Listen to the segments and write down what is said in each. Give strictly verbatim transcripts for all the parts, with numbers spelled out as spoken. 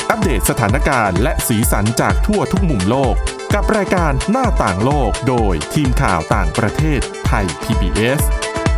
อัปเดตสถานการณ์และสีสันจากทั่วทุกมุมโลกกับรายการหน้าต่างโลกโดยทีมข่าวต่างประเทศไทย พี บี เอส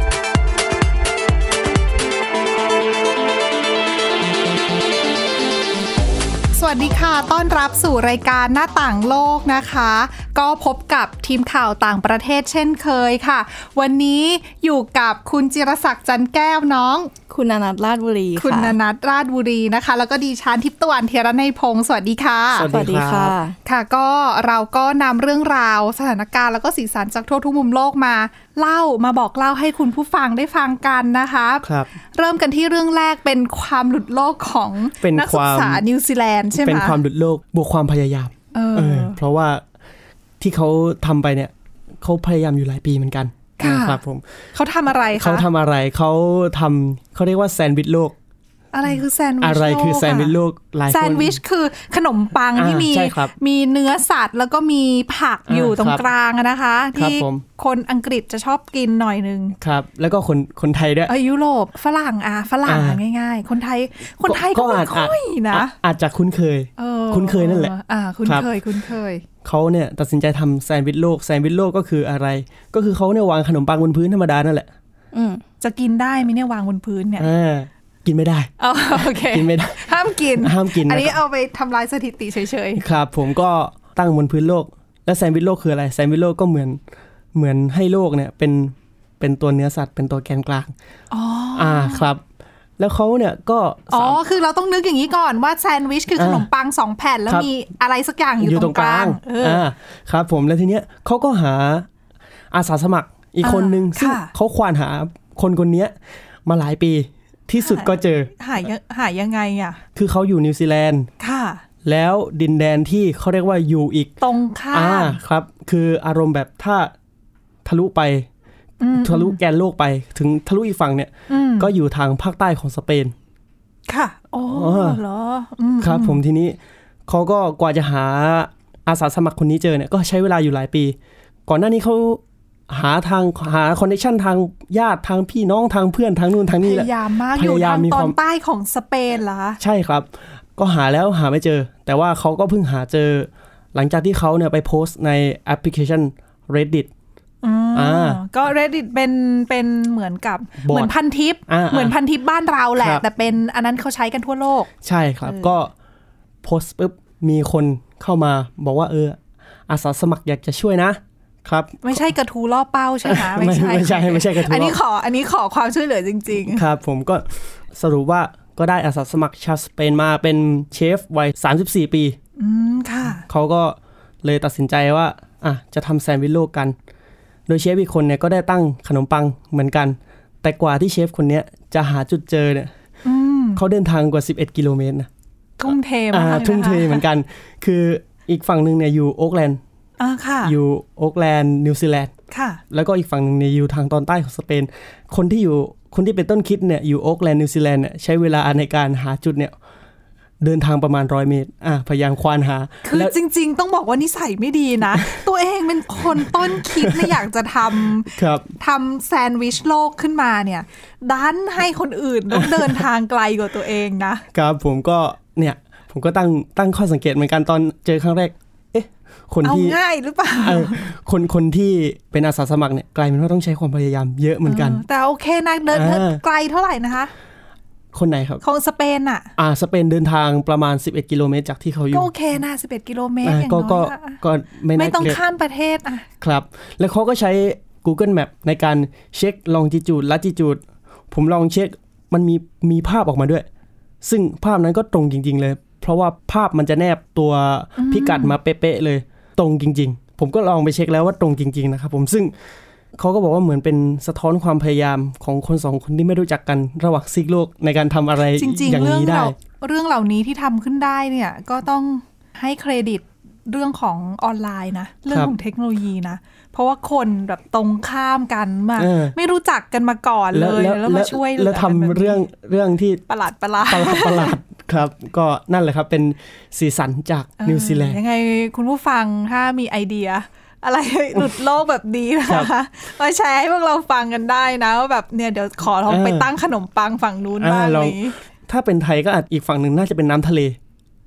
สวัสดีค่ะต้อนรับสู่รายการหน้าต่างโลกนะคะก็พบกับทีมข่าวต่างประเทศเช่นเคยค่ะวันนี้อยู่กับคุณจิรศักดิ์จันแก้วน้องคุณณนัฐราชบุรีค่ะคุณณนัฐราชบุรีนะคะแล้วก็ดิฉันทิพย์ตะวันเทระในพงศ์สวัสดีค่ะสวัสดีค่ะค่ะก็เราก็นำเรื่องราวสถานการณ์แล้วก็สีสันจากทั่วทุกมุมโลกมาเล่ามาบอกเล่าให้คุณผู้ฟังได้ฟังกันนะคะครับเริ่มกันที่เรื่องแรกเป็นความหลุดโลกของนักศึกษานิวซีแลนด์ใช่ไหมเป็นความหลุดโลกบวกความพยายามเออเออเพราะว่าที่เขาทำไปเนี่ยเขาพยายามอยู่หลายปีเหมือนกันครับผมเขาทำอะไรคะเขาทำอะไรเขาทำเขาเรียกว่าแซนด์วิชโลกอะไรคือแซนด์วิชอะไรคือแซนด์วิชโลกหลายคนแซนด์วิชคือขนมปังที่มีมีเนื้อสัตว์แล้วก็มีผักอยู่ตรงกลางนะคะที่คนอังกฤษจะชอบกินหน่อยนึงครับแล้วก็คนคนไทยด้วยเออยุโรปฝรั่งอ่ะฝรั่งง่ายๆคนไทยคนไทยก็ไม่ค่อยนะอาจจะคุ้นเคยคุ้นเคยนั่นแหละอ่าคุ้นเคยคุ้นเคยเขาเนี่ยตัดสินใจทำแซนด์วิชโลกแซนด์วิชโลกก็คืออะไรก็คือเขาเนี่ยวางขนมปังบนพื้นธรรมดานั่นแหละอืมจะกินได้ไหมเนี่ยวางบนพื้นเนี่ยกินไม่ได้อ๋อโอเคกินไม่ได้ห้ามกินห้ามกินอันนี้เอาไปทำลายสถิติเฉยๆครับผมก็ตั้งบนพื้นโลกแล้วแซนด์วิชโลกคืออะไรแซนด์วิชโลกก็เหมือนเหมือนให้โลกเนี่ยเป็นเป็นตัวเนื้อสัตว์เป็นตัวแกนกลางอ๋ออ่าครับแล้วเขาเนี่ยก็อ๋อคือเราต้องนึกอย่างนี้ก่อนว่าแซนด์วิชคือขนมปังสองแผ่นแล้วมีอะไรสักอย่างอยู่ตรงกลางอ่าครับผมแล้วทีเนี้ยเขาก็หาอาสาสมัครอีกคนนึงซึ่งเขาควานหาคนคนนี้มาหลายปีที่สุดก็เจอหายหายยังไงอ่ะคือเขาอยู่นิวซีแลนด์ค่ะแล้วดินแดนที่เขาเรียกว่าอยู่อีกตรงข้ามอ่าครับคืออารมณ์แบบถ้าทะลุไปทะลุแกนโลกไปถึงทะลุอีกฝั่งเนี่ยก็อยู่ทางภาคใต้ของสเปนค่ะอ๋อเหรอครับผมทีนี้เขาก็กว่าจะหาอาสาสมัครคนนี้เจอเนี่ยก็ใช้เวลาอยู่หลายปีก่อนหน้านี้เขาหาทางหาคอนเนคชั่นทางญาติทางพี่น้องทางเพื่อนทางนู่นทางนี้แหละพยายามมากอยู่ทางตอนใต้ของสเปนเหรอใช่ครับก็หาแล้วหาไม่เจอแต่ว่าเขาก็เพิ่งหาเจอหลังจากที่เขาเนี่ยไปโพสต์ในแอปพลิเคชัน Reddit อ่าก็ Reddit เป็นเป็นเหมือนกับเหมือนพันทิปเหมือนพันทิปบ้านเราแหละแต่เป็นอันนั้นเขาใช้กันทั่วโลกใช่ครับก็โพสต์ปุ๊บมีคนเข้ามาบอกว่าเอออาสาสมัครอยากจะช่วยนะครับไม่ใช่กระทูล่อเป้าใช่ไหมไม่ใช่ไม่ใช่ไม่ใช่กระทูอันนี้ขออันนี้ขอความช่วยเหลือจริงๆครับผมก็สรุปว่าก็ได้อาสาสมัครชาวสเปนมาเป็นเชฟวัยสามสิบสี่ปีอืมค่ะเขาก็เลยตัดสินใจว่าอ่ะจะทำแซนด์วิชโลกกันโดยเชฟอีกคนเนี่ยก็ได้ตั้งขนมปังเหมือนกันแต่กว่าที่เชฟคนนี้จะหาจุดเจอเนี่ยเขาเดินทางกว่าสิบเอ็ดกิโลเมตรนะทุ่มเทมากทุ่มเทเหมือนกันคืออีกฝั่งนึงเนี่ยอยู่โอ๊คแลนด์อยู่โอ๊คแลนด์นิวซีแลนด์แล้วก็อีกฝั่งนึงเนี่ยอยู่ทางตอนใต้ของสเปนคนที่อยู่คนที่เป็นต้นคิดเนี่ยอยู่โอ๊คแลนด์นิวซีแลนด์เนี่ยใช้เวลาในการหาจุดเนี่ยเดินทางประมาณร้อยเมตรอ่ะพยายามควานหาคือจริงๆต้องบอกว่านิสัยไม่ดีนะ ตัวเองเป็นคนต้นคิดไม่อยากจะทำทำแซนด์วิชโลกขึ้นมาเนี่ยดันให้คนอื่นต้องเดินทางไกลกว่าตัวเองนะครับผมก็เนี่ยผมก็ตั้งตั้งข้อสังเกตเหมือนกันตอนเจอครั้งแรกคนที่เอาง่ายหรือเปล่าคนคนที่เป็นอาสาสมัครเนี่ยกลายเป็นว่าต้องใช้ความพยายามเยอะเหมือนกันแต่โอเคนะเดินไกลเท่าไหร่นะคะคนไหนครับของสเปนอ่ะอ่าสเปนเดินทางประมาณสิบเอ็ดกิโลเมตรจากที่เขาอยู่ก็โอเคนะสิบเอ็ดกิโลเมตรอย่างน้อยก็ก็ไม่ไม่ต้องข้ามประเทศอ่ะครับแล้วเขาก็ใช้ Google Map ในการเช็ค longitude latitude ผมลองเช็คมันมีมีภาพออกมาด้วยซึ่งภาพนั้นก็ตรงจริงๆเลยเพราะว่าภาพมันจะแนบตัวพิกัดมาเป๊ะๆเลยตรงจริงๆผมก็ลองไปเช็คแล้วว่าตรงจริงๆนะครับผมซึ่งเขาก็บอกว่าเหมือนเป็นสะท้อนความพยายามของคนสองคนที่ไม่รู้จักกันระหว่างซีกโลกในการทำอะไรอย่างนี้ได้เรื่องเหล่านี้ที่ทำขึ้นได้เนี่ยก็ต้องให้เครดิตเรื่องของออนไลน์นะเรื่องของเทคโนโลยีนะเพราะว่าคนแบบตรงข้ามกันมาไม่รู้จักกันมาก่อนเลยแล้วมาช่วยแล้วทำเรื่องเรื่องที่ประหลาดประหลาดประหลาดครับก็นั่นแหละครับเป็นสีสันจากนิวซีแลนด์ยังไงคุณผู้ฟังถ้ามีไอเดียอะไรหลุดโลกแบบนี้นะคะมาแชร์ให้พวกเราฟังกันได้นะว่าแบบเนี่ยเดี๋ยวขอลองไปตั้งขนมปังฝั่งนู้นบ้างนี้ถ้าเป็นไทยก็อาจอีกฝั่งหนึ่งน่าจะเป็นน้ำทะเล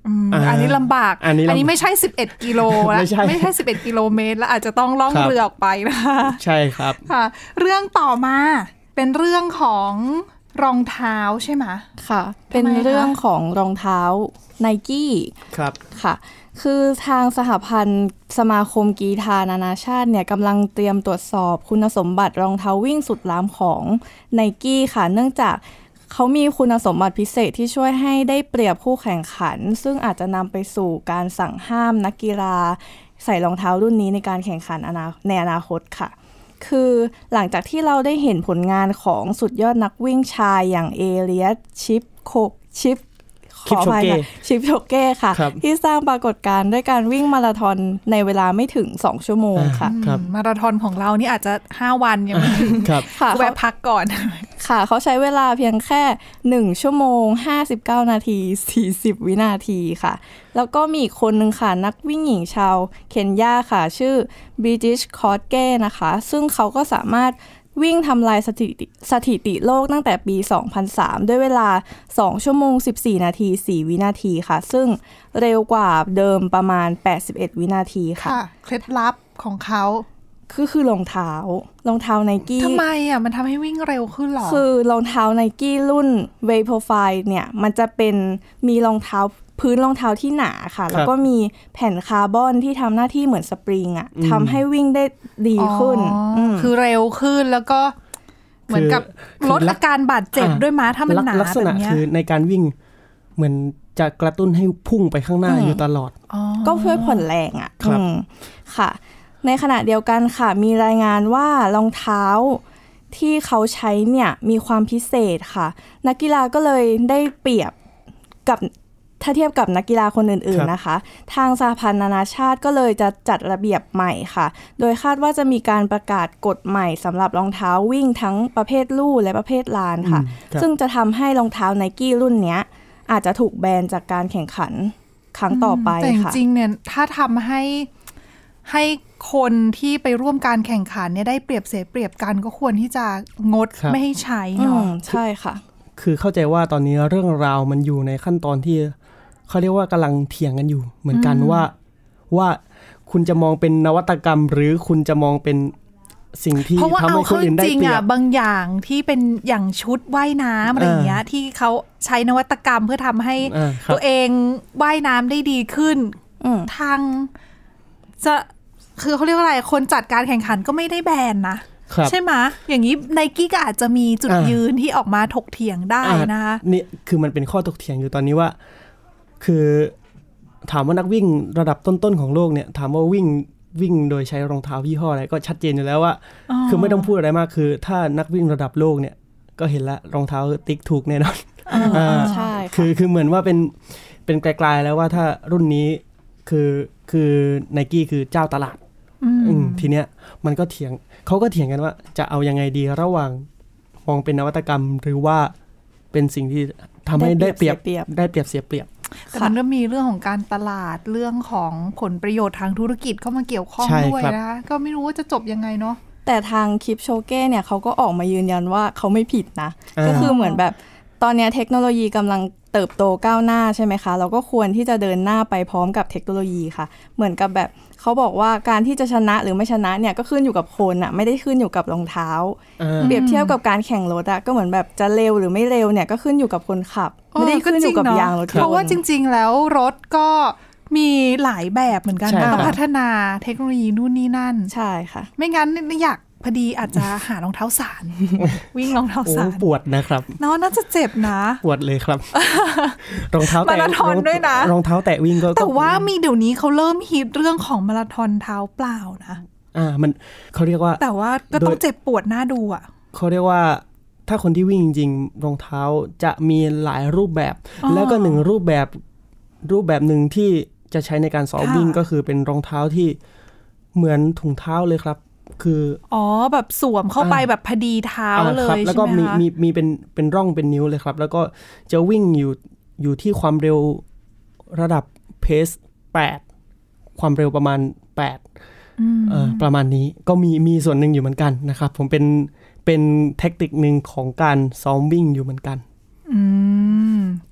อันนี้ลำบากอันนี้อันนี้ไม่ใช่สิบเอ็ดกิโลแล้วไม่ใช่ไม่ใช่สิบเอ็ดกิโลเมตรแล้วอาจจะต้องล่องเรือออกไปนะคะใช่ครับค่ะเรื่องต่อมาเป็นเรื่องของรองเท้าใช่ไหมค่ะเป็นเรื่องของรองเท้า Nike ครับค่ะคือทางสหพันธ์สมาคมกีฬานานาชาติเนี่ยกำลังเตรียมตรวจสอบคุณสมบัติรองเท้าวิ่งสุดล้ำของ Nike ค่ะเนื่องจากเขามีคุณสมบัติพิเศษที่ช่วยให้ได้เปรียบคู่แข่งขันซึ่งอาจจะนำไปสู่การสั่งห้ามนักกีฬาใส่รองเท้ารุ่นนี้ในการแข่งขันในอนาคตค่ะคือหลังจากที่เราได้เห็นผลงานของสุดยอดนักวิ่งชายอย่างเอเลียตชิปโคชิปขออภัยค่ะชิปโชเก้ค่ะที่สร้างปรากฏการณ์ด้วยการวิ่งมาราธอนในเวลาไม่ถึงสองชั่วโมงค่ะมาราธอนของเรานี่อาจจะห้าวันยังไม่ถึงค่ะแวะพักก่อนค่ะเขาใช้เวลาเพียงแค่หนึ่งชั่วโมงห้าสิบเก้านาทีสี่สิบวินาทีค่ะแล้วก็มีอีกคนนึงค่ะนักวิ่งหญิงชาวเคนยาค่ะชื่อ British Kosgei นะคะซึ่งเขาก็สามารถวิ่งทำลายสถิติสถิติโลกตั้งแต่ปีสองพันสามด้วยเวลาสองชั่วโมงสิบสี่นาทีสี่วินาทีค่ะซึ่งเร็วกว่าเดิมประมาณแปดสิบเอ็ดวินาทีค่ะเคล็ดลับของเขาคือคือรองเท้ารองเท้า Nike ทำไมอ่ะมันทำให้วิ่งเร็วขึ้นหรอคือรองเท้า Nike รุ่น Vaporfly เนี่ยมันจะเป็นมีรองเท้าพื้นรองเท้าที่หนาค่ะแล้วก็มีแผ่นคาร์บอนที่ทำหน้าที่เหมือนสปริงอ่ะทำให้วิ่งได้ดีขึ้นคือเร็วขึ้นแล้วก็เหมือนกับลดอาการบาดเจ็บด้วยมั้ยถ้ามันหนาแบบนี้ลักษณะคือในการวิ่งเหมือนจะกระตุ้นให้พุ่งไปข้างหน้าอยู่ตลอดก็เพื่อผ่อนแรงอ่ะค่ะในขณะเดียวกันค่ะมีรายงานว่ารองเท้าที่เขาใช้เนี่ยมีความพิเศษค่ะนักกีฬาก็เลยได้เปรียบกับถ้าเทียบกับนักกีฬาคนอื่นๆนะคะทางสหพันธ์นานาชาติก็เลยจะจัดระเบียบใหม่ค่ะโดยคาดว่าจะมีการประกาศกฎใหม่สำหรับรองเท้าวิ่งทั้งประเภทลู่และประเภทลานค่ะซึ่งจะทำให้รองเท้า Nike รุ่นนี้อาจจะถูกแบนจากการแข่งขันครั้งต่อไปค่ะแต่จริงๆเนี่ยถ้าทำให้ให้คนที่ไปร่วมการแข่งขันเนี่ยได้เปรียบเสียเปรียบกันก็ควรที่จะงดไม่ให้ใช้เนาะใช่ค่ะคือเข้าใจว่าตอนนี้เรื่องราวมันอยู่ในขั้นตอนที่เขาเรียกว่ากำลังเถียงกันอยู่เหมือนกันว่าว่าคุณจะมองเป็นนวัตกรรมหรือคุณจะมองเป็นสิ่งที่ทำให้คนอื่นได้เปรียบเพราะว่าเอาเข้าจริงอ่ะบางอย่างที่เป็นอย่างชุดว่ายน้ำอะไรอย่างเงี้ยที่เขาใช้นวัตกรรมเพื่อทำให้ตัวเองว่ายน้ำได้ดีขึ้นทางจะคือเขาเรียกว่าอะไรคนจัดการแข่งขันก็ไม่ได้แบนนะใช่ไหมอย่างนี้ Nike ก็อาจจะมีจุดยืนที่ออกมาถกเถียงได้นะคะนี่คือมันเป็นข้อถกเถียงอยู่ตอนนี้ว่าคือถามว่านักวิ่งระดับต้นๆของโลกเนี่ยถามว่าวิ่งวิ่งโดยใช้รองเท้ายี่ห้ออะไรก็ชัดเจนอยู่แล้วว่าคือไม่ต้องพูดอะไรมากคือถ้านักวิ่งระดับโลกเนี่ยก็เห็นแล้วรองเท้าติ๊กถูกแน่นอนใช่คือคือเหมือนว่าเป็นเป็นไกลๆแล้วว่าถ้ารุ่นนี้คือคือ Nike คือเจ้าตลาดทีเนี้ยมันก็เถียงเขาก็เถียงกันว่าจะเอายังไงดีระหว่างมองเป็นนวัตกรรมหรือว่าเป็นสิ่งที่ทำให้ได้เปรียบได้เปรียบเสียเปรียบแต่มันก็มีเรื่องของการตลาดเรื่องของผลประโยชน์ทางธุรกิจเข้ามาเกี่ยวข้องด้วยนะก็ไม่รู้ว่าจะจบยังไงเนาะแต่ทางคิปโชเก้เนี่ยเขาก็ออกมายืนยันว่าเขาไม่ผิดนะก็คือเหมือนแบบตอนนี้เทคโนโลยีกำลังเติบโตก้าวหน้าใช่ไหมคะเราก็ควรที่จะเดินหน้าไปพร้อมกับเทคโนโลยีค่ะเหมือนกับแบบเขาบอกว่าการที่จะชนะหรือไม่ชนะเนี่ยก็ขึ้นอยู่กับคนอ่ะไม่ได้ขึ้นอยู่กับรองเท้าเปรียบเทียบกับการแข่งรถอ่ะก็เหมือนแบบจะเร็วหรือไม่เร็วเนี่ยก็ขึ้นอยู่กับคนขับไม่ได้ขึ้นอยู่กับยางรถเพราะว่าจริงๆแล้วรถก็มีหลายแบบเหมือนกันนะพัฒนาเทคโนโลยีนู่นนี่นั่นใช่ค่ะไม่งั้นอยากพอดีอาจจะหารองเท้าสารวิ่งรองเท้าสารปวดนะครับเนาะน่าจะเจ็บนะปวดเลยครับรองเท้าแตะมาราธอนด้วยนะรองเท้าแตะวิ่งก็แต่ว่ามีเดี๋ยวนี้เขาเริ่มฮิตเรื่องของมาราธอนเท้าเปล่านะอ่ามันเขาเรียกว่าแต่ว่าก็ต้องเจ็บปวดน่าดูอ่ะเขาเรียกว่าถ้าคนที่วิ่งจริงๆรองเท้าจะมีหลายรูปแบบแล้วก็หนึ่งรูปแบบรูปแบบหนึ่งที่จะใช้ในการซ้อมวิ่งก็คือเป็นรองเท้าที่เหมือนถุงเท้าเลยครับคืออ๋อแบบสวมเข้าไปแบบพอดีเท้าเลยใช่ไหมคะแล้วก็มีมีมีเป็นเป็นร่องเป็นนิ้วเลยครับแล้วก็จะวิ่งอยู่อยู่ที่ความเร็วระดับเพสแปดความเร็วประมาณแปดเอ่อประมาณนี้ก็มีมีส่วนหนึ่งอยู่เหมือนกันนะครับผมเป็นเป็นแทคติกนึงของการซ้อมวิ่งอยู่เหมือนกันอืม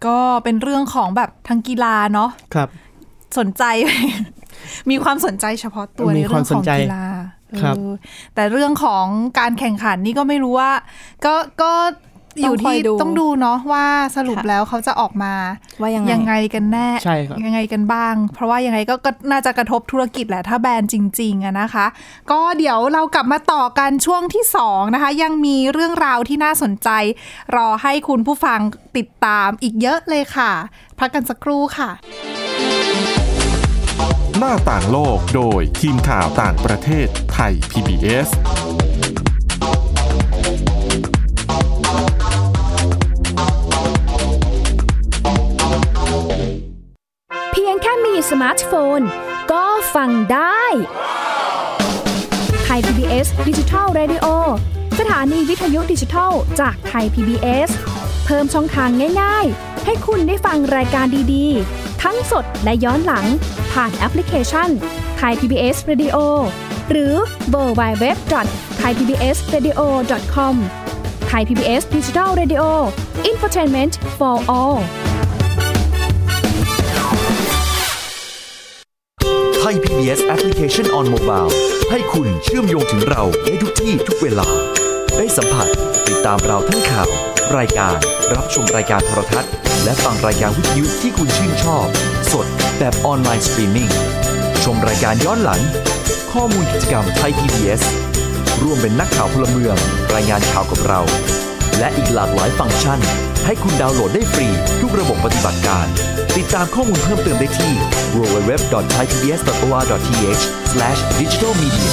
ก็เป็นเรื่องของแบบทางกีฬาเนาะครับสนใจ มีความสนใจเฉพาะตัวในเรื่องของกีฬาแต่เรื่องของการแข่งขันนี่ก็ไม่รู้ว่าก็ก็อยู่ที่ต้องดูเนาะว่าสรุปแล้วเขาจะออกมาว่ายังไงยังไงกันแน่ยังไงกันบ้างเพราะว่ายังไงก็น่าจะกระทบธุรกิจแหละถ้าแบนจริงๆอะนะคะก็เดี๋ยวเรากลับมาต่อกันช่วงที่สองนะคะยังมีเรื่องราวที่น่าสนใจรอให้คุณผู้ฟังติดตามอีกเยอะเลยค่ะพักกันสักครู่ค่ะหน้าต่างโลกโดยทีมข่าวต่างประเทศไทย พี บี เอสเพียงแค่มีสมาร์ทโฟนก็ฟังได้ไทย พี บี เอส Digital Radio สถานีวิทยุดิจิทัลจากไทย พี บี เอส เพิ่มช่องทางง่ายๆให้คุณได้ฟังรายการดีๆทั้งสดและย้อนหลังผ่านแอปพลิเคชัน Thai พี บี เอส Radio หรือ ดับเบิลยู ดับเบิลยู ดับเบิลยู ดอท ไทย พี บี เอส เรดิโอ ดอท คอม Thai พี บี เอส Digital Radio Infotainment for all ไทย พี บี เอส Application on Mobile ให้คุณเชื่อมโยงถึงเราได้ทุกที่ทุกเวลาได้สัมผัสติดตามเราทั้งข่าวรายการรับชมรายการโทรทัศน์และฟังรายการวิทยุที่คุณชื่นชอบสดแบบออนไลน์สตรีมมิ่งชมรายการย้อนหลังข้อมูลกิจกรรมไทย พี บี เอส ร่วมเป็นนักข่าวพลเมืองรายงานข่าวกับเราและอีกหลากหลายฟังก์ชันให้คุณดาวน์โหลดได้ฟรีทุกระบบปฏิบัติการติดตามข้อมูลเพิ่มเติมได้ที่ ดับเบิลยู ดับเบิลยู ดับเบิลยู ดอท ไทยพีบีเอส ดอท โอ อาร์ ดอท ที เอช สแลช ดิจิทัลมีเดีย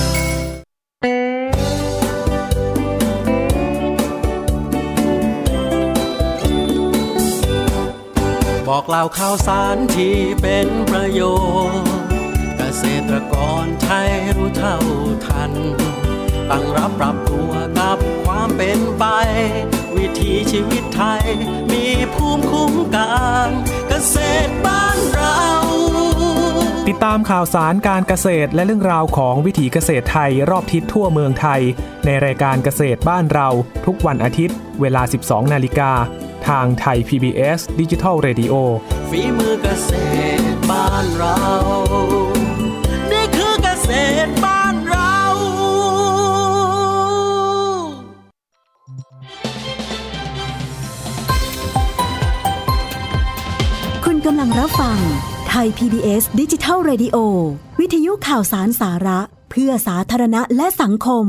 บอกเล่าข่าวสารที่เป็นประโยชน์เกษตรกรไทยรู้เท่าทันตั้งรับปรับตัวกับความเป็นไปวิถีชีวิตไทยมีภูมิคุ้มกันเกษตรบ้านเราติดตามข่าวสารการเกษตรและเรื่องราวของวิถีเกษตรไทยรอบทิศทั่วเมืองไทยในรายการเกษตรบ้านเราทุกวันอาทิตย์เวลา สิบสองนาฬิกาทางไทย พี บี เอส Digital Radio ฝีมือเกษตรบ้านเรานี่คือเกษตรบ้านเราคุณกำลังรับฟังไทย พี บี เอส Digital Radio วิทยุข่าวสารสาระเพื่อสาธารณะและสังคม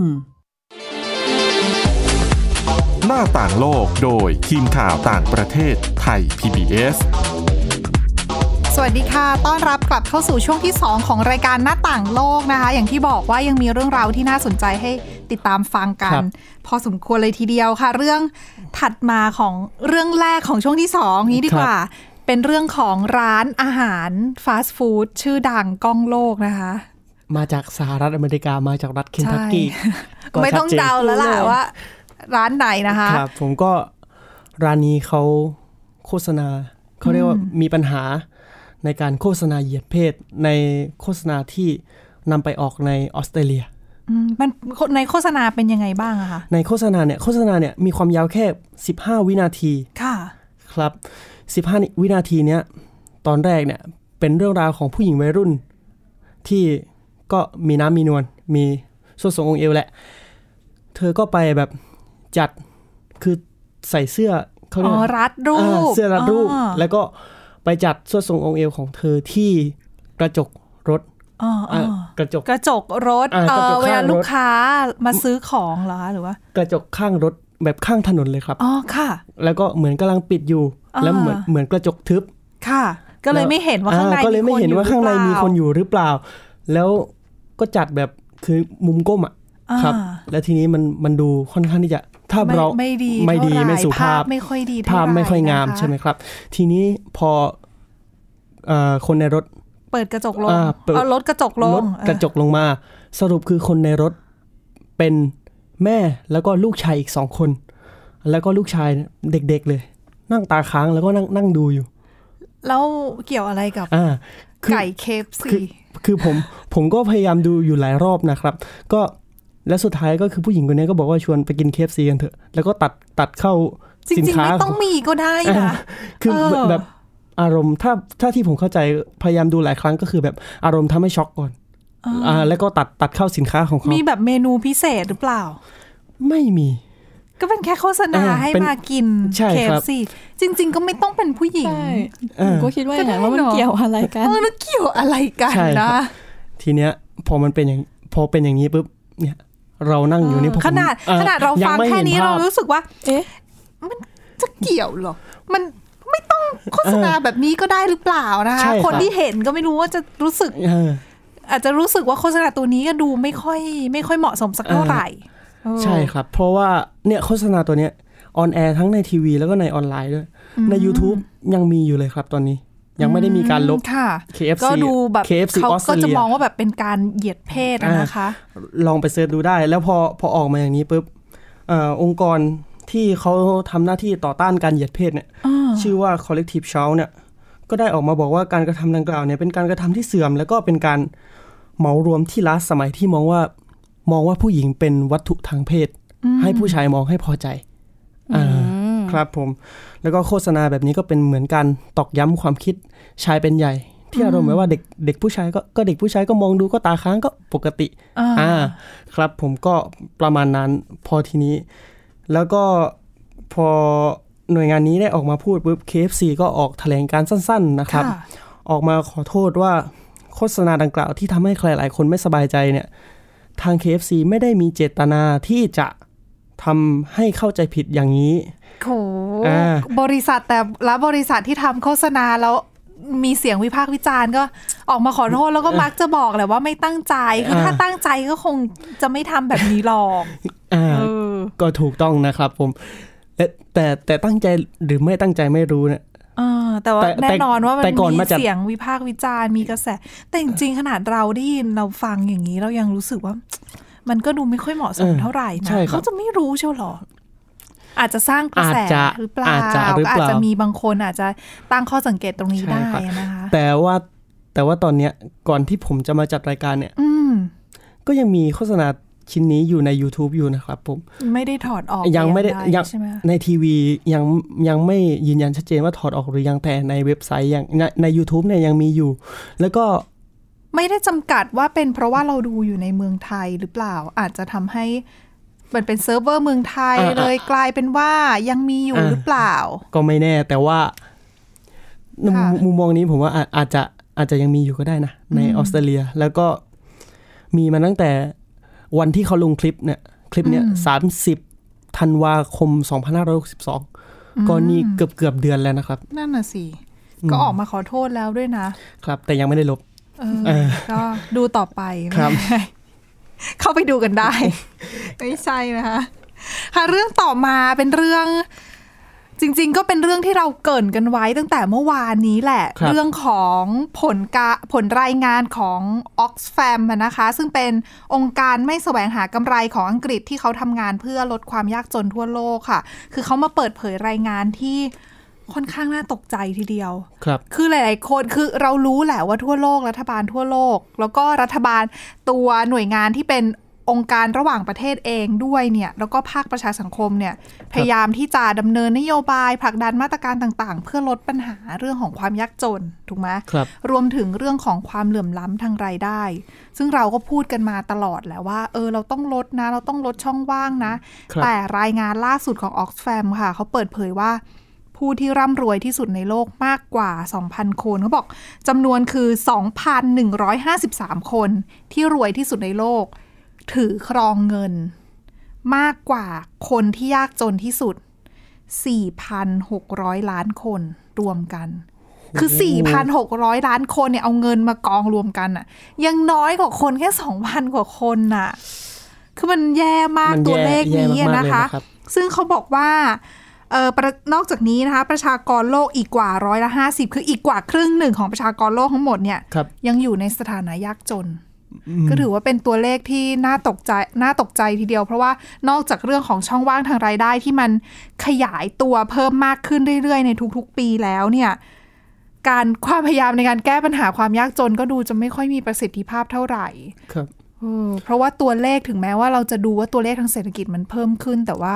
หน้าต่างโลกโดยทีมข่าวต่างประเทศไทย พี บี เอสสวัสดีค่ะต้อนรับกลับเข้าสู่ช่วงที่สองของรายการหน้าต่างโลกนะคะอย่างที่บอกว่ายังมีเรื่องราวที่น่าสนใจให้ติดตามฟังกันพอสมควรเลยทีเดียวค่ะเรื่องถัดมาของเรื่องแรกของช่วงที่สองนี้ดีกว่าเป็นเรื่องของร้านอาหารฟาสต์ฟู้ดชื่อดังก้องโลกนะคะมาจากสหรัฐอเมริกามาจากรัฐเคนทักกี้ไม่ต้องเดาแล้วล่ะว่าร้านไหนนะคะครับผมก็ร้านนี้เขาโฆษณาเขาเรียกว่ามีปัญหาในการโฆษณาเหยียดเพศในโฆษณาที่นำไปออกในออสเตรเลียมันในโฆษณาเป็นยังไงบ้างอะคะในโฆษณาเนี่ยโฆษณาเนี่ยมีความยาวแค่สิบห้าวินาทีค่ะครับสิบห้าวินาทีเนี้ยตอนแรกเนี่ยเป็นเรื่องราวของผู้หญิงวัยรุ่นที่ก็มีน้ำมีนวลมีส่วนสูงองค์เอวแหละเธอก็ไปแบบจัดคือใส่เสื้อเขาเรียกรัดรูปเสื้อรัดรูปแล้วก็ไปจัดส่วนทรงองค์เอวของเธอที่กระจกรถกระจกกระจกรถเวลาลูกค้ามาซื้อของเหรอหรือว่ากระจกข้างรถแบบข้างถนนเลยครับอ๋อค่ะแล้วก็เหมือนกำลังปิดอยู่แล้วเหมือนเหมือนกระจกทึบค่ะก็เลยไม่เห็นว่าข้างในก็เลยไม่เห็นว่าข้างในมีคนอยู่หรือเปล่าแล้วก็จัดแบบคือมุมก้มอ่ะครับแล้วทีนี้มันมันดูค่อนข้างที่จะถ้าเราไม่ดีไม่ดีไม่สุภาพไม่ค่อยดีภาพไม่ค่อยงามใช่ไหมครับทีนี้พอเอ่อคนในรถเปิดกระจกลงเอารถกระจกลงรถกระจกลงมาสรุปคือคนในรถเป็นแม่แล้วก็ลูกชายอีกสองคนแล้วก็ลูกชายเด็กๆเลยนั่งตาค้างแล้วก็นั่งนั่งดูอยู่แล้วเกี่ยวอะไรกับไก่เคฟซีคือคือผมผมก็พยายามดูอยู่หลายรอบนะครับก็และสุดท้ายก็คือผู้หญิงคนนี้ก็บอกว่าชวนไปกิน เค เอฟ ซี กันเถอะแล้วก็ตัดตัดเข้าจริงๆไม่ต้องมีก็ได้นะคือแบบอารมณ์ถ้าถ้าที่ผมเข้าใจพยายามดูหลายครั้งก็คือแบบอารมณ์ทำให้ช็อกก่อนอ่าแล้วก็ตัดตัดเข้าสินค้าของเขามีแบบเมนูพิเศษหรือเปล่าไม่มีก็เป็นแค่โฆษณาให้มากิน เค เอฟ ซี จริงๆก็ไม่ต้องเป็นผู้หญิงผมก็คิดว่าอย่างนั้นว่ามันเกี่ยวอะไรกันเออแล้วเกี่ยวอะไรกันนะทีเนี้ยพอมันเป็นอย่างพอเป็นอย่างนี้ปุ๊บเนี่ยเรานั่งอยู่นี่ขนาดขนาดเราฟังแค่นี้เรารู้สึกว่าเอ๊ะมันจะเกี่ยวหรอมันไม่ต้องโฆษณาแบบนี้ก็ได้หรือเปล่านะคะคนที่เห็นก็ไม่รู้ว่าจะรู้สึกอาจจะรู้สึกว่าโฆษณาตัวนี้ก็ดูไม่ค่อยไม่ค่อยเหมาะสมสักเท่าไหร่ใช่ครับเพราะว่าเนี่ยโฆษณาตัวเนี้ยออนแอร์ทั้งในทีวีแล้วก็ในออนไลน์ด้วยใน YouTube ยังมีอยู่เลยครับตอนนี้ยังไม่ได้มีการลบ เค เอฟ ซีก็ดูแบบเขาก็จะมองว่าแบบเป็นการเหยียดเพศนะคะลองไปเสิร์ชดูได้แล้วพอพอออกมาอย่างนี้ปุ๊บอ่าองค์กรที่เขาทำหน้าที่ต่อต้านการเหยียดเพศเนี่ยชื่อว่า Collective Shout เนี่ยก็ได้ออกมาบอกว่าการกระทำดังกล่าวเนี่ยเป็นการกระทำที่เสื่อมแล้วก็เป็นการเหมารวมที่ล้าสมัยที่มองว่ามองว่าผู้หญิงเป็นวัตถุทางเพศให้ผู้ชายมองให้พอใจอ่าครับผมแล้วก็โฆษณาแบบนี้ก็เป็นเหมือนการตอกย้ำความคิดชายเป็นใหญ่ที่อารมณ์แบบว่าเด็กเด็กผู้ชายก็ก็เด็กผู้ชายก็มองดูก็ตาค้างก็ปกติอ่าครับผมก็ประมาณนั้นพอทีนี้แล้วก็พอหน่วยงานนี้ได้ออกมาพูดปุ๊บ เค เอฟ ซี ก็ออกแถลงการสั้นๆนะครับออกมาขอโทษว่าโฆษณาดังกล่าวที่ทำให้ใครหลายคนไม่สบายใจเนี่ยทาง เค เอฟ ซี ไม่ได้มีเจตนาที่จะทำให้เข้าใจผิดอย่างนี้โหบริษัทแต่ละบริษัทที่ทำโฆษณาแล้วมีเสียงวิพากษ์วิจารณ์ก็ออกมาขอโทษแล้วก็มักจะบอกแหละว่าไม่ตั้งใจคือถ้าตั้งใจก็คงจะไม่ทำแบบนี้หรอกก็ถูกต้องนะครับผมแต่แต่ตั้งใจหรือไม่ตั้งใจไม่รู้เนี่ยแต่ว่าแน่นอนว่ามันมีเสียงวิพากษ์วิจารณ์มีกระแสแต่จริงๆขนาดเราได้ยินเราฟังอย่างนี้เรายังรู้สึกว่ามันก็ดูไม่ค่อยเหมาะสมเท่าไหร่นะเขาจะไม่รู้เชียวหรออาจจะสร้างกระแสหรือเปล่าอาจจะมีบางคนอาจจะตั้งข้อสังเกตตรงนี้ได้นะคะแต่ว่าแต่ว่าตอนเนี้ยก่อนที่ผมจะมาจัดรายการเนี่ยก็ยังมีโฆษณาชิ้นนี้อยู่ใน YouTube อยู่นะครับผมไม่ได้ถอดออกยังไม่ได้ยังในทีวียังยังไม่ยืนยันชัดเจนว่าถอดออกหรือยังแต่ในเว็บไซต์ยังในใน YouTube เนี่ยยังมีอยู่แล้วก็ไม่ได้จำกัดว่าเป็นเพราะว่าเราดูอยู่ในเมืองไทยหรือเปล่าอาจจะทำให้มันเป็นเซิร์ฟเวอร์เมืองไทยเลยกลายเป็นว่ายังมีอยู่หรือเปล่าก็ไม่แน่แต่ว่ามุมมองนี้ผมว่าอาจจะอาจจะยังมีอยู่ก็ได้นะในออสเตรเลียแล้วก็มีมาตั้งแต่วันที่เขาลงคลิปเนี่ยคลิปเนี้ยสามสิบธันวาคมสองพันห้าร้อยหกสิบสองก็นี่เกือบๆเดือนแล้วนะครับนั่นน่ะสิก็ออกมาขอโทษแล้วด้วยนะครับแต่ยังไม่ได้ลบเออก็ดูต่อไปครับเข้าไปดูกันได้ไม่ใช่นะคะค่ะเรื่องต่อมาเป็นเรื่องจริงๆก็เป็นเรื่องที่เราเกริ่นกันไว้ตั้งแต่เมื่อวานนี้แหละ ร, เรื่องของผลกะผลรายงานของ Oxfam นะคะซึ่งเป็นองค์การไม่แสวงหากำไรของอังกฤษที่เขาทำงานเพื่อลดความยากจนทั่วโลกค่ะคือเขามาเปิดเผยรายงานที่ค่อนข้างน่าตกใจทีเดียวครับคือหลายๆคนคือเรารู้แหละว่าทั่วโลกรัฐบาลทั่วโลกแล้วก็รัฐบาลตัวหน่วยงานที่เป็นองค์การระหว่างประเทศเองด้วยเนี่ยแล้วก็ภาคประชาสังคมเนี่ยพยายามที่จะดำเนินนโยบายผลักดันมาตรการต่างๆเพื่อลดปัญหาเรื่องของความยากจนถูกไหมครับรวมถึงเรื่องของความเหลื่อมล้ำทางรายได้ซึ่งเราก็พูดกันมาตลอดแหละว่าเออเราต้องลดนะเราต้องลดช่องว่างนะแต่รายงานล่าสุดของ Oxfam ค่ะเขาเปิดเผยว่าผู้ที่ร่ำรวยที่สุดในโลกมากกว่า สองพัน คนเขาบอกจำนวนคือ สองพันหนึ่งร้อยห้าสิบสาม คนที่รวยที่สุดในโลกถือครองเงินมากกว่าคนที่ยากจนที่สุด สี่พันหกร้อย ล้านคนรวมกันคือ สี่พันหกร้อย ล้านคนเนี่ยเอาเงินมากองรวมกันน่ะยังน้อยกว่าคนแค่ สองพัน กว่าคนน่ะคือมันแย่มากตัวเลขนี้นะคะซึ่งเขาบอกว่าเอ่อนอกจากนี้นะคะประชากรโลกอีกกว่าร้อยละห้าสิบคืออีกกว่าครึ่งหนึ่งของประชากรโลกทั้งหมดเนี่ยยังอยู่ในสถานะยากจนก็ถือว่าเป็นตัวเลขที่น่าตกใจน่าตกใจทีเดียวเพราะว่านอกจากเรื่องของช่องว่างทางรายได้ที่มันขยายตัวเพิ่มมากขึ้นเรื่อยๆในทุกๆปีแล้วเนี่ยการความพยายามในการแก้ปัญหาความยากจนก็ดูจะไม่ค่อยมีประสิทธิภาพเท่าไหร่ครับเพราะว่าตัวเลขถึงแม้ว่าเราจะดูว่าตัวเลขทางเศรษฐกิจมันเพิ่มขึ้นแต่ว่า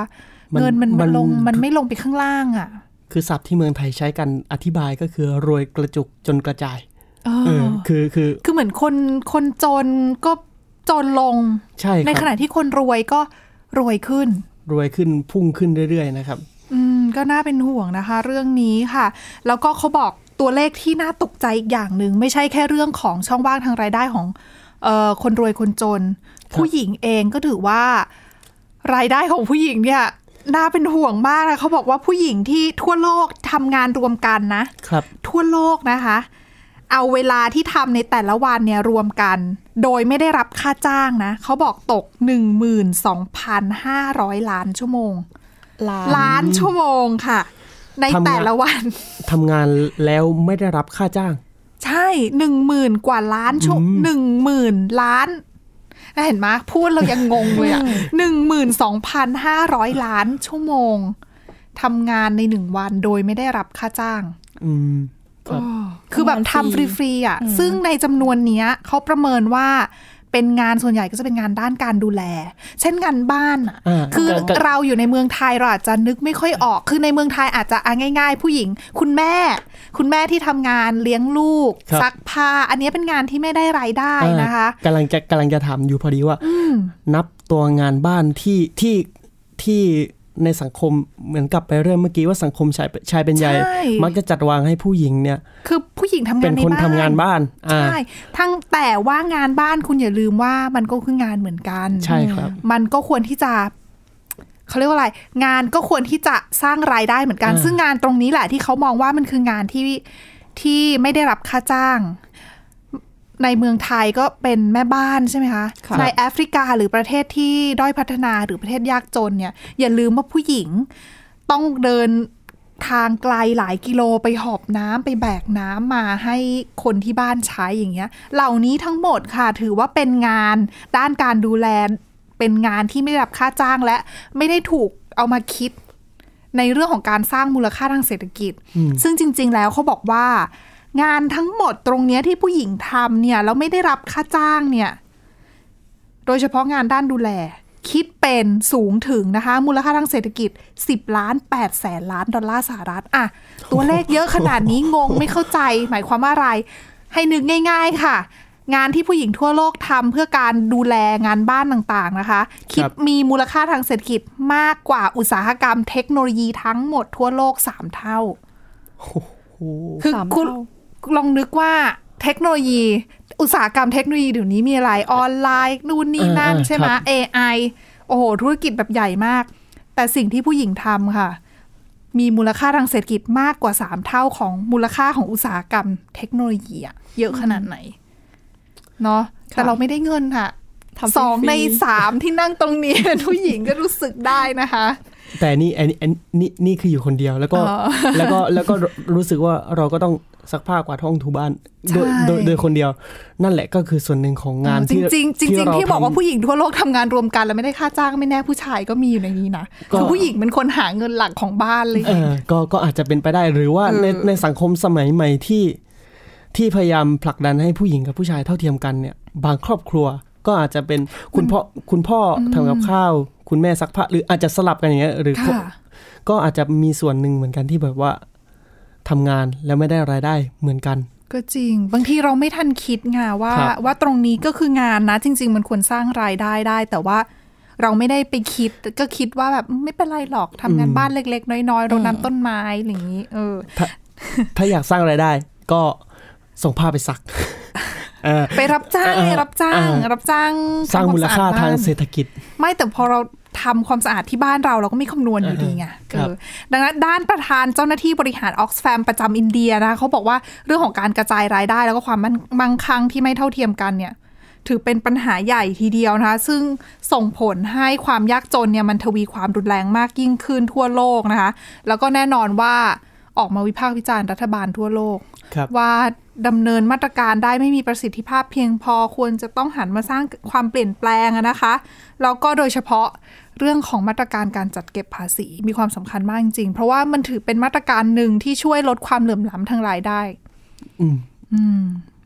เงินมันลงมันไม่ลงไปข้างล่างอ่ะคือศัพท์ที่เมืองไทยใช้กันอธิบายก็คือรวยกระจุกจนกระจายเออคือคือคือเหมือนคนคนจนก็จนลงใช่ในขณะที่คนรวยก็รวยขึ้นรวยขึ้นพุ่งขึ้นเรื่อยๆนะครับอืมก็น่าเป็นห่วงนะคะเรื่องนี้ค่ะแล้วก็เขาบอกตัวเลขที่น่าตกใจอีกอย่างหนึ่งไม่ใช่แค่เรื่องของช่องว่างทางรายได้ของเอ่อคนรวยคนจนผู้หญิงเองก็ถือว่ารายได้ของผู้หญิงเนี่ยน่าเป็นห่วงมากนะเขาบอกว่าผู้หญิงที่ทั่วโลกทำงานรวมกันนะครับทั่วโลกนะคะเอาเวลาที่ทำในแต่ละวันเนี่ยรวมกันโดยไม่ได้รับค่าจ้างนะเขาบอกตก หนึ่งหมื่นสองพันห้าร้อย ล้านชั่วโมงล้านชั่วโมงค่ะในแต่ละวันทำงานแล้วไม่ได้รับค่าจ้างใช่หนึ่งหมื่นกว่าล้านชั่วหนึ่งหมื่นล้านเห็นไหมพูดเรายังงงเลยอ่ะหนึ่งหมื่นสองพันห้าร้อยล้านชั่วโมงทำงานในหนึ่งวันโดยไม่ได้รับค่าจ้างอืมคือแบบทำฟรีๆอ่ะซึ่งในจำนวนนี้เขาประเมินว่าเป็นงานส่วนใหญ่ก็จะเป็นงานด้านการดูแลเช่นงานบ้านอ่ะคือเราอยู่ในเมืองไทยเราอาจจะนึกไม่ค่อยออกคือในเมืองไทยอาจจะง่ายๆผู้หญิงคุณแม่คุณแม่ที่ทำงานเลี้ยงลูกซักผ้าอันนี้เป็นงานที่ไม่ได้รายได้นะคะกำลังจะกำลังจะถามอยู่พอดีว่านับตัวงานบ้านที่ที่ที่ในสังคมเหมือนกับไปเรื่องเมื่อกี้ว่าสังคมชายชายเป็นใหญ่มักจะจัดวางให้ผู้หญิงเนี่ยคือผู้หญิงทำงานเป็นคนทำงานบ้านใช่ทั้งแต่ว่างานบ้านคุณอย่าลืมว่ามันก็คืองานเหมือนกันใช่ครับมันก็ควรที่จะเขาเรียกว่าอะไรงานก็ควรที่จะสร้างรายได้เหมือนกันซึ่งงานตรงนี้แหละที่เขามองว่ามันคืองานที่ที่ไม่ได้รับค่าจ้างในเมืองไทยก็เป็นแม่บ้านใช่ไหมคะในแอฟริกาหรือประเทศที่ด้อยพัฒนาหรือประเทศยากจนเนี่ยอย่าลืมว่าผู้หญิงต้องเดินทางไกลหลายกิโลไปหอบน้ำไปแบกน้ำมาให้คนที่บ้านใช้อย่างเงี้ยเหล่านี้ทั้งหมดค่ะถือว่าเป็นงานด้านการดูแลเป็นงานที่ไม่ได้รับค่าจ้างและไม่ได้ถูกเอามาคิดในเรื่องของการสร้างมูลค่าทางเศรษฐกิจซึ่งจริงๆแล้วเขาบอกว่างานทั้งหมดตรงนี้ที่ผู้หญิงทำเนี่ยแล้วไม่ได้รับค่าจ้างเนี่ยโดยเฉพาะงานด้านดูแลคิดเป็นสูงถึงนะคะมูลค่าทางเศรษฐกิจสิบล้านแปดแสนล้านดอลลาร์สหรัฐอ่ะตัวเลขเยอะขนาดนี้งงไม่เข้าใจหมายความว่าอะไรให้นึกง่ายๆค่ะงานที่ผู้หญิงทั่วโลกทำเพื่อการดูแลงานบ้านต่างๆนะคะคิดมีมูลค่าทางเศรษฐกิจมากกว่าอุตสาหกรรมเทคโนโลยีทั้งหมดทั่วโลกสามเท่าคือคุณลองนึกว่าเทคโนโลยีอุตสาหกรรมเทคโนโลยีเดี๋ยวนี้มีอะไรออนไลน์นู่นนี่นั่นใช่ไหม เอ ไอ โอ้โหธุรกิจแบบใหญ่มากแต่สิ่งที่ผู้หญิงทำค่ะมีมูลค่าทางเศรษฐกิจมากกว่าสามเท่าของมูลค่าของอุตสาหกรรมเทคโนโลยีอะเยอะขนาดไหนเนาะแต่เราไม่ได้เงินค่ะสองในสามที่นั่งตรงนี้เป็นผู้หญิงก็รู้สึกได้นะคะแต่นี่อันนี้นี่นี่คืออยู่คนเดียวแล้วก็แล้วก็แล้วก็รู้สึกว่าเราก็ต้องซักผ้ากวาดห้องถูบ้านโดยโดยโดยคนเดียวนั่นแหละก็คือส่วนหนึ่งของงานที่จริงจริงจริงที่บอกว่าผู้หญิงทั่วโลกทำงานรวมกันแล้วไม่ได้ค่าจ้างไม่แน่ผู้ชายก็มีอยู่ในนี้นะคือผู้หญิงเป็นคนหาเงินหลักของบ้านเลยก็ก็อาจจะเป็นไปได้หรือว่าในในสังคมสมัยใหม่ที่ที่พยายามผลักดันให้ผู้หญิงกับผู้ชายเท่าเทียมกันเนี่ยบางครอบครัวก็อาจจะเป็นคุณพ่อคุณพ่อทำกับข้าวคุณแม่ซักผ้าหรืออาจจะสลับกันอย่างเงี้ยหรือก็อาจจะมีส่วนหนึ่งเหมือนกันที่แบบว่าทำงานแล้วไม่ได้รายได้เหมือนกันก็จริงบางทีเราไม่ทันคิดไงว่าว่าตรงนี้ก็คืองานนะจริงๆมันควรสร้างรายได้ได้แต่ว่าเราไม่ได้ไปคิดก็คิดว่าแบบไม่เป็นไรหรอกทำงานบ้านเล็กๆน้อยๆรดน้ำต้นไม้อย่างนี้เออถ้าถ้าอยากสร้างรายได้ก็ส่งผ้าไปซักไปรับจ้างรับจ้างรับจ้างสร้างมูลค่าทางเศรษฐกิจไม่แต่พอเราทำความสะอาดที่บ้านเราเราก็ไม่คำนวณอยู่ดีไงดังนั้นด้านประธานเจ้าหน้าที่บริหารออกซแฟมประจำอินเดียนะเขาบอกว่าเรื่องของการกระจายรายได้แล้วก็ความมั่งคั่งที่ไม่เท่าเทียมกันเนี่ยถือเป็นปัญหาใหญ่ทีเดียวนะคะซึ่งส่งผลให้ความยากจนเนี่ยมันทวีความรุนแรงมากยิ่งขึ้นทั่วโลกนะคะแล้วก็แน่นอนว่าออกมาวิพากษ์วิจารณ์รัฐบาลทั่วโลกว่าดำเนินมาตรการได้ไม่มีประสิทธิภาพเพียงพอควรจะต้องหันมาสร้างความเปลี่ยนแปลงนะคะแล้วก็โดยเฉพาะเรื่องของมาตรการการจัดเก็บภาษีมีความสำคัญมากจริงๆเพราะว่ามันถือเป็นมาตรการหนึ่งที่ช่วยลดความเหลื่อมล้ำทางรายได้อืมอืม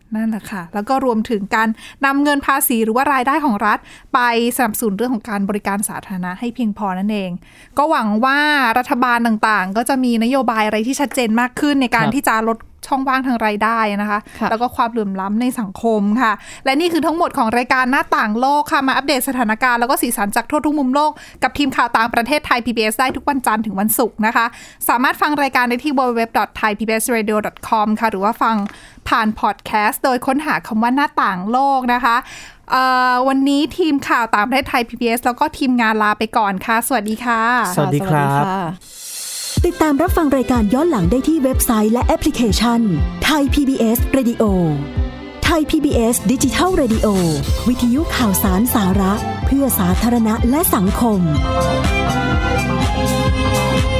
นั่นแหละค่ะแล้วก็รวมถึงการนำเงินภาษีหรือว่ารายได้ของรัฐไปสนับสนุนเรื่องของการบริการสาธารณะให้เพียงพอนั่นเองก็หวังว่ารัฐบาลต่างๆก็จะมีนโยบายอะไรที่ชัดเจนมากขึ้นในการที่จะลดช่องว่างทางรายได้นะคะแล้วก็ความเหลื่อมล้ำในสังคมค่ะและนี่คือทั้งหมดของรายการหน้าต่างโลกค่ะมาอัปเดตสถานการณ์แล้วก็สีสันจากทั่วทุกมุมโลกกับทีมข่าวต่างประเทศไทย พี บี เอส ได้ทุกวันจันทร์ถึงวันศุกร์นะคะสามารถฟังรายการได้ที่ ดับเบิลยู ดับเบิลยู ดับเบิลยู ดอท ไทยพีบีเอสเรดิโอ ดอท คอม ค่ะหรือว่าฟังผ่านพอดแคสต์โดยค้นหาคำว่าหน้าต่างโลกนะคะวันนี้ทีมข่าวต่างประเทศไทย พี บี เอส แล้วก็ทีมงานลาไปก่อนค่ะสวัสดีค่ะสวัสดีครับติดตามรับฟังรายการย้อนหลังได้ที่เว็บไซต์และแอปพลิเคชัน Thai พี บี เอส Radio Thai พี บี เอส Digital Radio วิทยุข่าวสารสาระเพื่อสาธารณะและสังคม